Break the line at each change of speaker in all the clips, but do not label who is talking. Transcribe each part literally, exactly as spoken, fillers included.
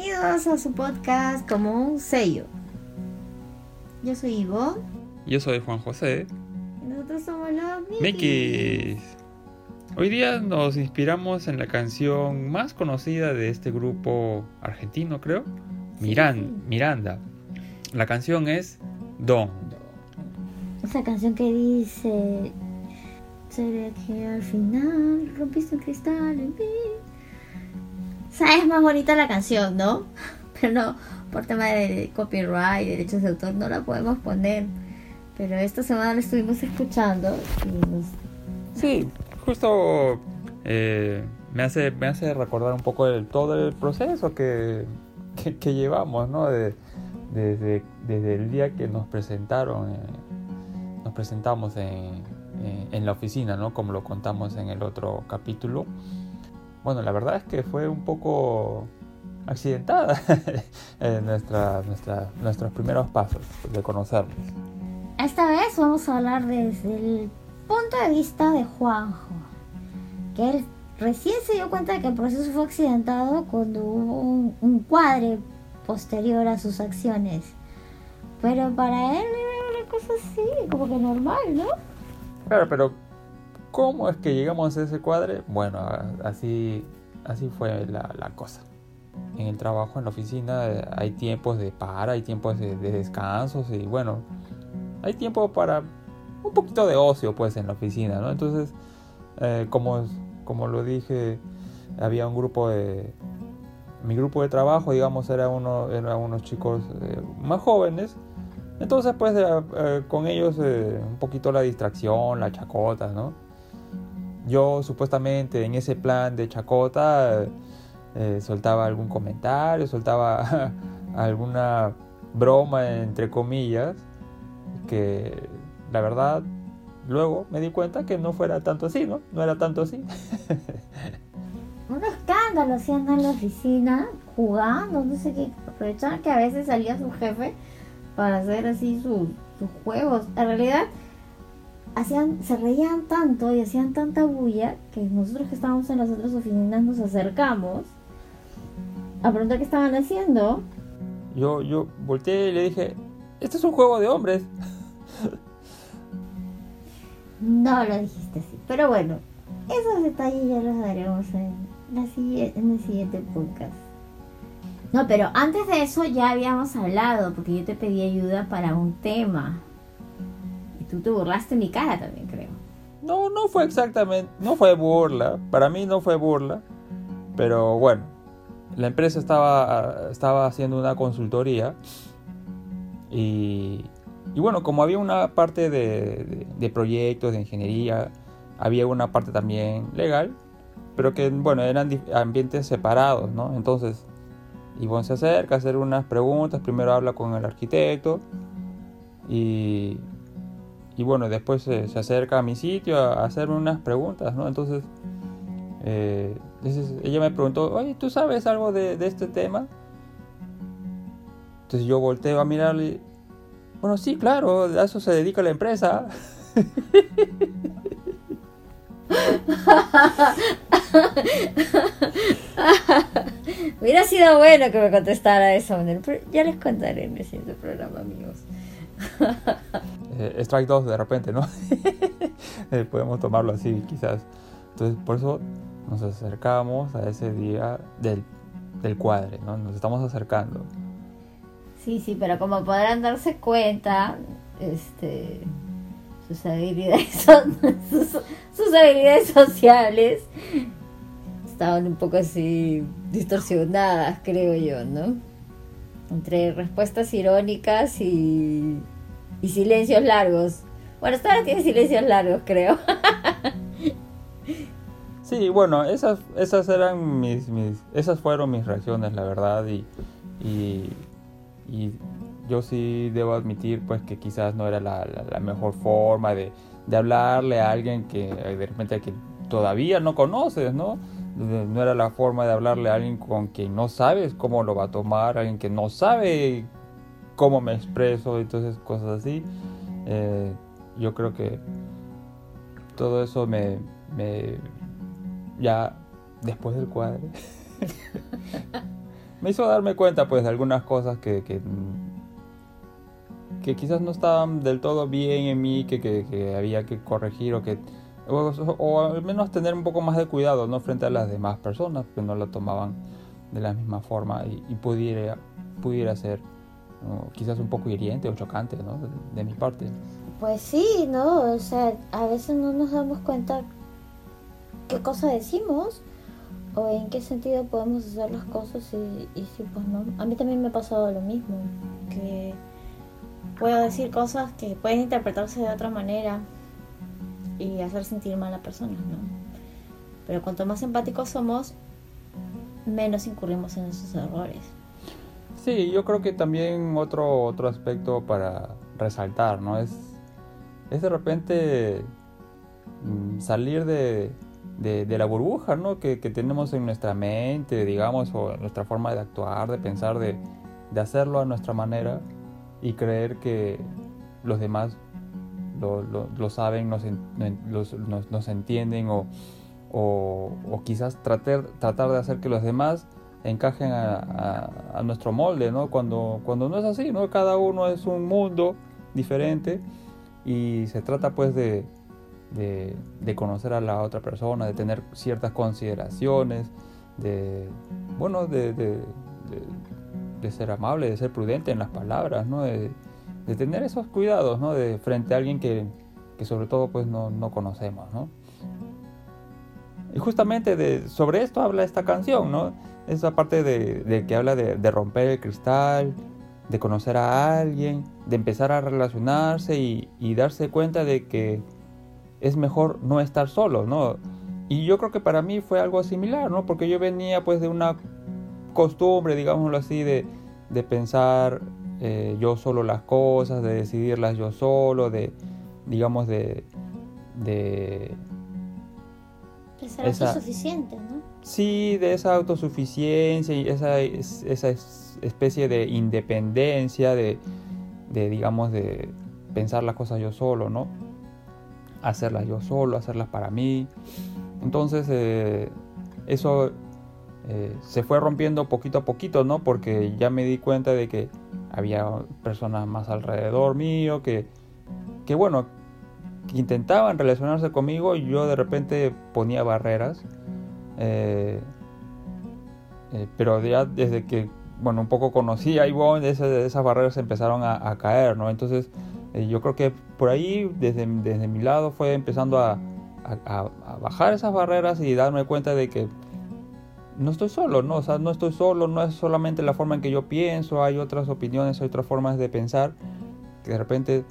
bienvenidos a su podcast como un sello. Yo soy Ivo.
Yo soy Juan José.
Y nosotros somos los Mikis.
Mikis. Hoy día nos inspiramos en la canción más conocida de este grupo argentino, creo.
Sí,
Miran,
sí.
Miranda. La canción es Don.
Esa canción que dice: seré que al final rompiste un cristal en mí. O sea, es más bonita la canción, ¿no? Pero no, por tema de copyright, derechos de autor, no la podemos poner. Pero esta semana la estuvimos escuchando y nos...
Sí, justo eh, me hace me hace recordar un poco el, todo el proceso que, que, que llevamos, ¿no? De, desde, desde el día que nos presentaron, eh, nos presentamos en, en, en la oficina, ¿no? Como lo contamos en el otro capítulo. Bueno, la verdad es que fue un poco accidentada en nuestra, nuestra, nuestros primeros pasos de conocernos.
Esta vez vamos a hablar desde el punto de vista de Juanjo, que él recién se dio cuenta de que el proceso fue accidentado cuando hubo un, un cuadre posterior a sus acciones. Pero para él era una cosa así, como que normal, ¿no?
Claro, pero ¿cómo es que llegamos a ese cuadre? Bueno, así, así fue la, la cosa. En el trabajo, en la oficina, hay tiempos de para, hay tiempos de, de descansos y bueno, hay tiempo para un poquito de ocio, pues, en la oficina, ¿no? Entonces, eh, como, como lo dije, había un grupo de... Mi grupo de trabajo, digamos, era uno, eran unos chicos eh, más jóvenes. Entonces, pues, eh, eh, con ellos eh, un poquito la distracción, la chacota, ¿no? Yo, supuestamente, en ese plan de chacota, eh, soltaba algún comentario, soltaba alguna broma, entre comillas, que la verdad luego me di cuenta que no fuera tanto así, ¿no? No era tanto así.
Un escándalo hacían en la oficina, jugando, no sé qué. Aprovechaban que a veces salía su jefe para hacer así sus, sus juegos. En realidad, hacían, se reían tanto y hacían tanta bulla que nosotros que estábamos en las otras oficinas nos acercamos a preguntar qué estaban haciendo.
Yo, yo volteé y le dije, este es un juego de hombres.
No lo dijiste así, pero bueno, esos detalles ya los daremos en, la siguiente, en el siguiente podcast. No, pero antes de eso ya habíamos hablado, porque yo te pedí ayuda para un tema. Y tú te burlaste en mi cara también, creo.
No, no fue exactamente, no fue burla, para mí no fue burla, pero bueno, la empresa estaba, estaba haciendo una consultoría y... Y bueno, como había una parte de, de, de proyectos, de ingeniería, había una parte también legal, pero que, bueno, eran ambientes separados, ¿no? Entonces, Ivonne se acerca a hacer unas preguntas, primero habla con el arquitecto y, y bueno, después se, se acerca a mi sitio a, a hacerme unas preguntas, ¿no? Entonces, eh, ella me preguntó, oye, ¿tú sabes algo de, de este tema? Entonces yo volteo a mirarle. Bueno, sí, claro, a eso se dedica la empresa.
Hubiera sido bueno que me contestara eso, pero ya les contaré en el siguiente programa, amigos.
eh, Strike dos de repente, ¿no? eh, podemos tomarlo así, quizás. Entonces, por eso nos acercamos a ese día del, del cuadre, ¿no? Nos estamos acercando.
Sí, sí, pero como podrán darse cuenta, este, sus habilidades son, sus, sus habilidades sociales estaban un poco así distorsionadas, creo yo, ¿no? Entre respuestas irónicas y, y silencios largos. Bueno, hasta ahora tiene silencios largos, creo.
Sí, bueno, esas, esas eran mis, mis, esas fueron mis reacciones, la verdad, y, y Y yo sí debo admitir, pues, que quizás no era la, la, la mejor forma de, de hablarle a alguien que de repente que todavía no conoces, ¿no? No era la forma de hablarle a alguien con quien no sabes cómo lo va a tomar, alguien que no sabe cómo me expreso, entonces cosas así. Eh, yo creo que todo eso me, me ya después del cuadre me hizo darme cuenta pues de algunas cosas que, que, que quizás no estaban del todo bien en mí, que, que, que había que corregir o que o, o al menos tener un poco más de cuidado, ¿no? Frente a las demás personas que no lo tomaban de la misma forma y, y pudiera, pudiera ser, ¿no? Quizás un poco hiriente o chocante, ¿no? De, de mi parte.
Pues sí, ¿no? O sea, a veces no nos damos cuenta qué cosa decimos o en qué sentido podemos hacer las cosas y, y sí, pues no. A mí también me ha pasado lo mismo, que puedo decir cosas que pueden interpretarse de otra manera y hacer sentir mal a personas, ¿no? Pero cuanto más empáticos somos, menos incurrimos en esos errores.
Sí, yo creo que también otro, otro aspecto para resaltar, ¿no? Es, es de repente mm, salir de, de, de la burbuja, ¿no? Que, que tenemos en nuestra mente, digamos, o en nuestra forma de actuar, de pensar, de, de hacerlo a nuestra manera y creer que los demás lo, lo, lo saben, nos, los, nos, nos entienden o, o, o quizás tratar, tratar de hacer que los demás encajen a, a, a nuestro molde, ¿no? Cuando, cuando no es así, ¿no? Cada uno es un mundo diferente y se trata pues de, de, de conocer a la otra persona, de tener ciertas consideraciones, de, bueno, de, de, de, de ser amable, de ser prudente en las palabras, ¿no? De, de tener esos cuidados, ¿no? De frente a alguien que, que sobre todo pues no, no conocemos, ¿no? Y justamente de, sobre esto habla esta canción, ¿no? Esa parte de, de que habla de, de romper el cristal, de conocer a alguien, de empezar a relacionarse y, y darse cuenta de que es mejor no estar solo, ¿no? Y yo creo que para mí fue algo similar, ¿no? Porque yo venía pues de una costumbre, digámoslo así, de, de pensar eh, yo solo las cosas, de decidirlas yo solo, de, digamos, de... de
de ser esa, autosuficiente, ¿no?
Sí, de esa autosuficiencia y esa, esa especie de independencia, de, de, digamos, de pensar las cosas yo solo, ¿no? Hacerlas yo solo, hacerlas para mí. Entonces, eh, eso eh, se fue rompiendo poquito a poquito, ¿no? Porque ya me di cuenta de que había personas más alrededor mío que, que bueno, que intentaban relacionarse conmigo y yo de repente ponía barreras. Eh, eh, pero ya desde que, bueno, un poco conocí a Ivonne, esas, esas barreras empezaron a, a caer, ¿no? Entonces, eh, yo creo que por ahí, desde, desde mi lado, fue empezando a, a, a bajar esas barreras y darme cuenta de que no estoy solo, ¿no? O sea, no estoy solo, no es solamente la forma en que yo pienso, hay otras opiniones, hay otras formas de pensar que de repente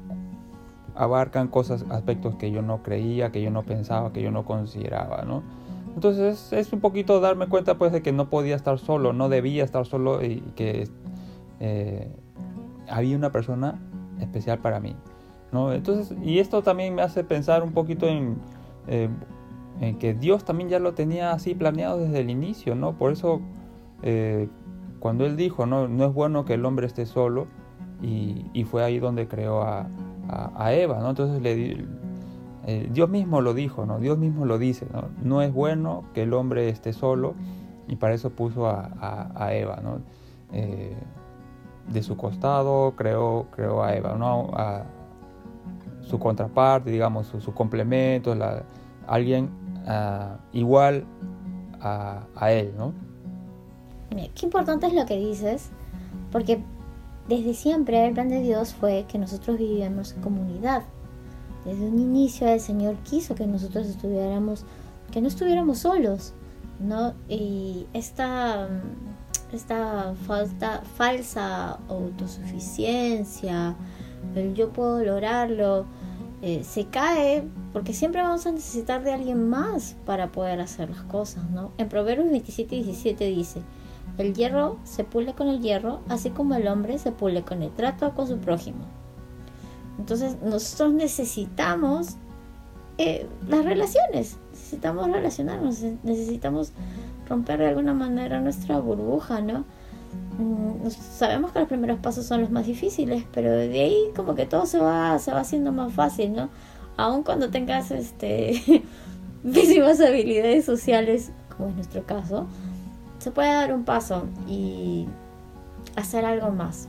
abarcan cosas, aspectos que yo no creía, que yo no pensaba, que yo no consideraba, ¿no? Entonces es un poquito darme cuenta pues de que no podía estar solo, no debía estar solo y que eh, había una persona especial para mí, ¿no? Entonces, y esto también me hace pensar un poquito en, eh, en que Dios también ya lo tenía así planeado desde el inicio, ¿no? Por eso eh, cuando Él dijo, ¿no? No es bueno que el hombre esté solo y, y fue ahí donde creó a A, a Eva, ¿no? Entonces le, eh, Dios mismo lo dijo, ¿no? Dios mismo lo dice, ¿no? No es bueno que el hombre esté solo y para eso puso a, a, a Eva, ¿no? Eh, de su costado creó, creó a Eva, ¿no? A su contraparte, digamos, su, su complemento, la, alguien uh, igual a, a él, ¿no?
Mira, qué importante es lo que dices, porque desde siempre el plan de Dios fue que nosotros viviéramos en comunidad. Desde un inicio el Señor quiso que nosotros estuviéramos, que no estuviéramos solos, ¿no? Y esta, esta falta, falsa autosuficiencia, el yo puedo lograrlo, eh, se cae porque siempre vamos a necesitar de alguien más para poder hacer las cosas, ¿no? En Proverbios veintisiete diecisiete dice: el hierro se pule con el hierro, así como el hombre se pule con el trato con su prójimo. Entonces nosotros necesitamos eh, las relaciones, necesitamos relacionarnos, necesitamos romper de alguna manera nuestra burbuja, ¿no? Mm, sabemos que los primeros pasos son los más difíciles, pero de ahí como que todo se va, se va haciendo más fácil, ¿no? Aun cuando tengas este pésimas habilidades sociales, como es nuestro caso, se puede dar un paso y hacer algo más.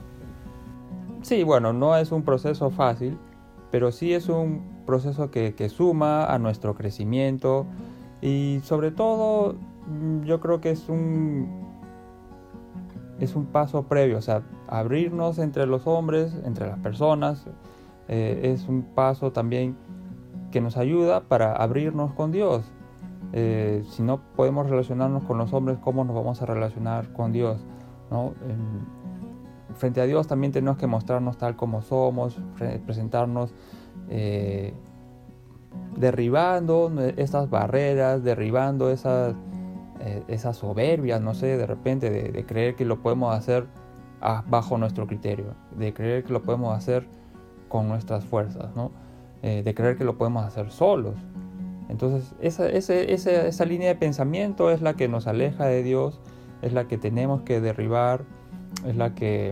Sí, bueno, no es un proceso fácil, pero sí es un proceso que, que suma a nuestro crecimiento y sobre todo yo creo que es un, es un paso previo, o sea, abrirnos entre los hombres, entre las personas, eh, es un paso también que nos ayuda para abrirnos con Dios. Eh, si no podemos relacionarnos con los hombres, ¿cómo nos vamos a relacionar con Dios? ¿No? Eh, frente a Dios también tenemos que mostrarnos tal como somos, presentarnos eh, derribando estas barreras, derribando esas, eh, esas soberbias, no sé, de repente de, de creer que lo podemos hacer a, bajo nuestro criterio, de creer que lo podemos hacer con nuestras fuerzas, ¿no? Eh, de creer que lo podemos hacer solos. Entonces esa, esa, esa, esa línea de pensamiento es la que nos aleja de Dios, es la que tenemos que derribar, es la que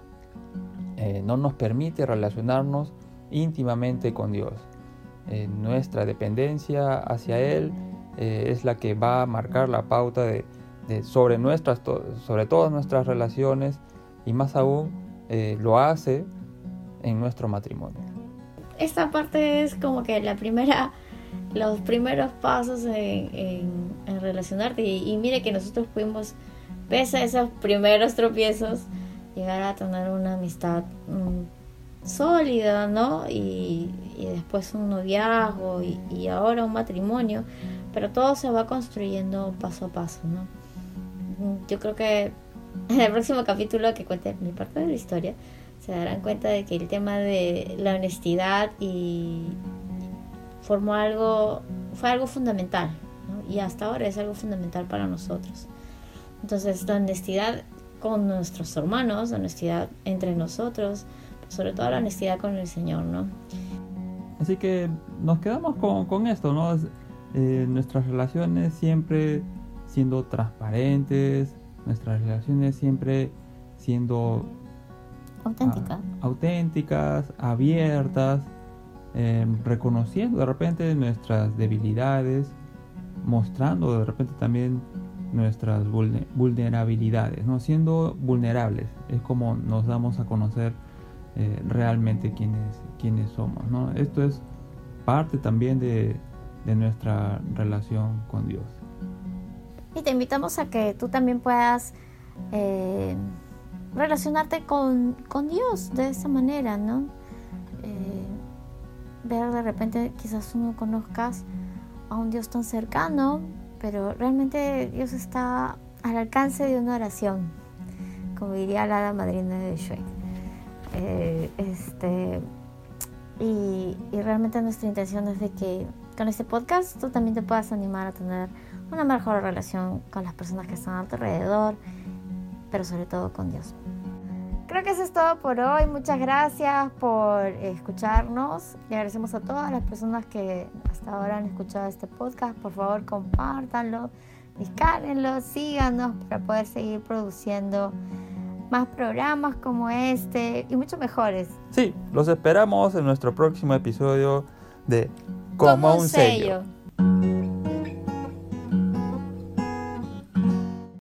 eh, no nos permite relacionarnos íntimamente con Dios. Eh, nuestra dependencia hacia Él eh, es la que va a marcar la pauta de, de sobre, nuestras, sobre todas nuestras relaciones y más aún eh, lo hace en nuestro matrimonio.
Esta parte es como que la primera, los primeros pasos en, en, en relacionarte y, y mire que nosotros pudimos, pese a esos primeros tropiezos, llegar a tener una amistad um, sólida, ¿no? Y, y después un noviazgo y, y ahora un matrimonio, pero todo se va construyendo paso a paso, ¿no? Yo creo que en el próximo capítulo que cuente mi parte de la historia se darán cuenta de que el tema de la honestidad y formó algo, fue algo fundamental, ¿no? Y hasta ahora es algo fundamental para nosotros. Entonces la honestidad con nuestros hermanos, la honestidad entre nosotros, sobre todo la honestidad con el Señor, ¿no?
Así que nos quedamos con, con esto, ¿no? Eh, nuestras relaciones siempre siendo transparentes, nuestras relaciones siempre siendo
auténticas,
a, auténticas, abiertas, eh, reconociendo de repente nuestras debilidades, mostrando de repente también nuestras vulnerabilidades, ¿no? Siendo vulnerables es como nos damos a conocer eh, realmente quiénes, quiénes somos, ¿no? Esto es parte también de, de nuestra relación con Dios.
Y te invitamos a que tú también puedas eh, relacionarte con, con Dios de esa manera, ¿no? Eh, ver de repente, quizás tú no conozcas a un Dios tan cercano, pero realmente Dios está al alcance de una oración, como diría la hada madrina de Shrek. Eh, este, y, y realmente nuestra intención es de que con este podcast tú también te puedas animar a tener una mejor relación con las personas que están a tu alrededor, pero sobre todo con Dios. Creo que eso es todo por hoy. Muchas gracias por escucharnos. Le agradecemos a todas las personas que hasta ahora han escuchado este podcast. Por favor, compártanlo, descárguenlo, síganos para poder seguir produciendo más programas como este y mucho mejores.
Sí, los esperamos en nuestro próximo episodio de Como, Como un sello. sello.